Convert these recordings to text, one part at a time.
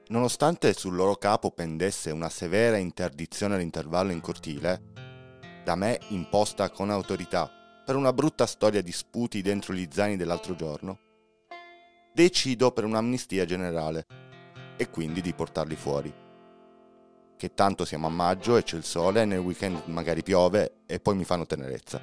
Nonostante sul loro capo pendesse una severa interdizione all'intervallo in cortile, da me imposta con autorità per una brutta storia di sputi dentro gli zaini dell'altro giorno, decido per un'amnistia generale e quindi di portarli fuori. Che tanto siamo a maggio e c'è il sole, nel weekend magari piove e poi mi fanno tenerezza.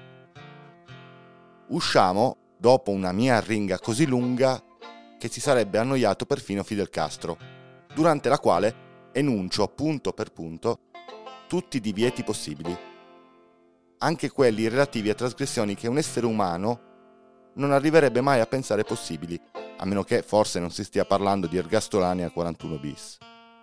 Usciamo dopo una mia arringa così lunga che si sarebbe annoiato perfino Fidel Castro, durante la quale enuncio punto per punto tutti i divieti possibili, anche quelli relativi a trasgressioni che un essere umano non arriverebbe mai a pensare possibili, a meno che forse non si stia parlando di ergastolani a 41 bis.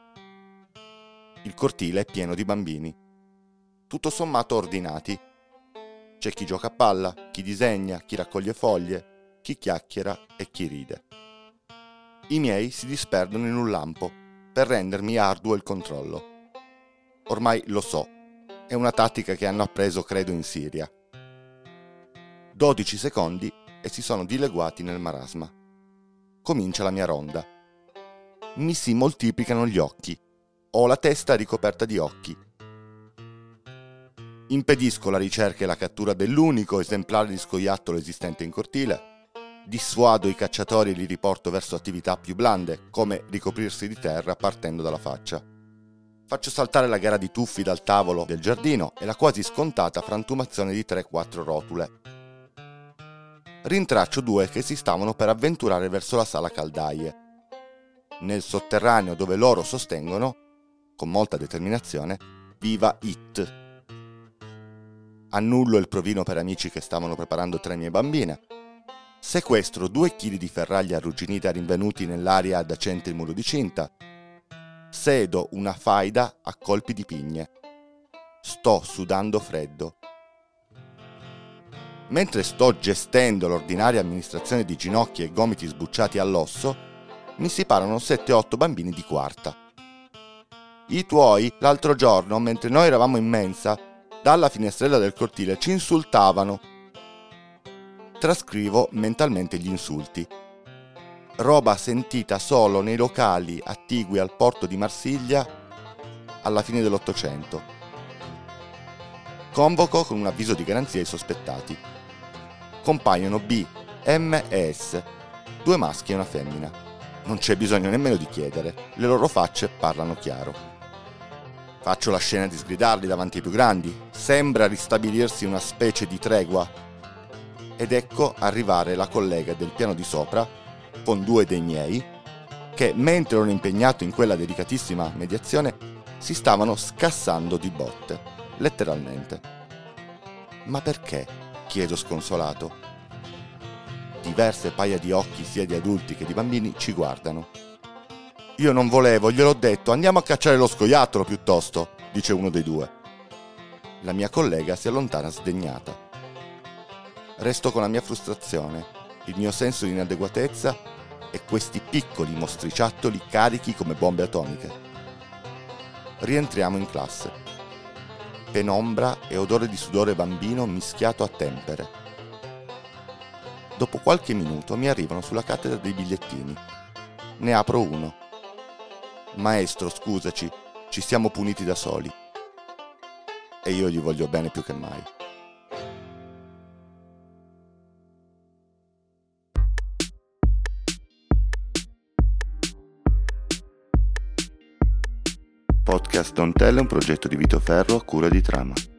Il cortile è pieno di bambini, tutto sommato ordinati. C'è chi gioca a palla, chi disegna, chi raccoglie foglie, chi chiacchiera e chi ride. I miei si disperdono in un lampo per rendermi arduo il controllo. Ormai lo so, è una tattica che hanno appreso credo in Siria. 12 secondi e si sono dileguati nel marasma. Comincia la mia ronda. Mi si moltiplicano gli occhi. Ho la testa ricoperta di occhi. Impedisco la ricerca e la cattura dell'unico esemplare di scoiattolo esistente in cortile. Dissuado i cacciatori e li riporto verso attività più blande, come ricoprirsi di terra partendo dalla faccia. Faccio saltare la gara di tuffi dal tavolo del giardino e la quasi scontata frantumazione di 3-4 rotule. Rintraccio 2 che si stavano per avventurare verso la sala caldaie. Nel sotterraneo dove loro sostengono, con molta determinazione, viva It. Annullo il provino per amici che stavano preparando 3 mie bambine. Sequestro 2 chili di ferraglia arrugginita rinvenuti nell'area adiacente il muro di cinta. Sedo una faida a colpi di pigne. Sto sudando freddo. Mentre sto gestendo l'ordinaria amministrazione di ginocchi e gomiti sbucciati all'osso, mi si parano 7-8 bambini di quarta. I tuoi, l'altro giorno, mentre noi eravamo in mensa, dalla finestrella del cortile ci insultavano. Trascrivo mentalmente gli insulti. Roba sentita solo nei locali attigui al porto di Marsiglia alla fine dell'Ottocento. Convoco con un avviso di garanzia i sospettati. Compaiono B, M e S, 2 maschi e una femmina. Non c'è bisogno nemmeno di chiedere, le loro facce parlano chiaro. Faccio la scena di sgridarli davanti ai più grandi, sembra ristabilirsi una specie di tregua. Ed ecco arrivare la collega del piano di sopra, con 2 dei miei, che mentre ero impegnato in quella delicatissima mediazione, si stavano scassando di botte, letteralmente. Ma perché? Chiedo sconsolato. Diverse paia di occhi, sia di adulti che di bambini, ci guardano. Io non volevo, gliel'ho detto, andiamo a cacciare lo scoiattolo piuttosto, dice uno dei 2. La mia collega si allontana sdegnata. Resto con la mia frustrazione, il mio senso di inadeguatezza e questi piccoli mostriciattoli carichi come bombe atomiche. Rientriamo in classe. Penombra e odore di sudore bambino mischiato a tempere. Dopo qualche minuto mi arrivano sulla cattedra dei bigliettini. Ne apro uno. Maestro, scusaci, ci siamo puniti da soli. E io gli voglio bene più che mai. Podcast Don't Tell è un progetto di Vito Ferro a cura di Trama.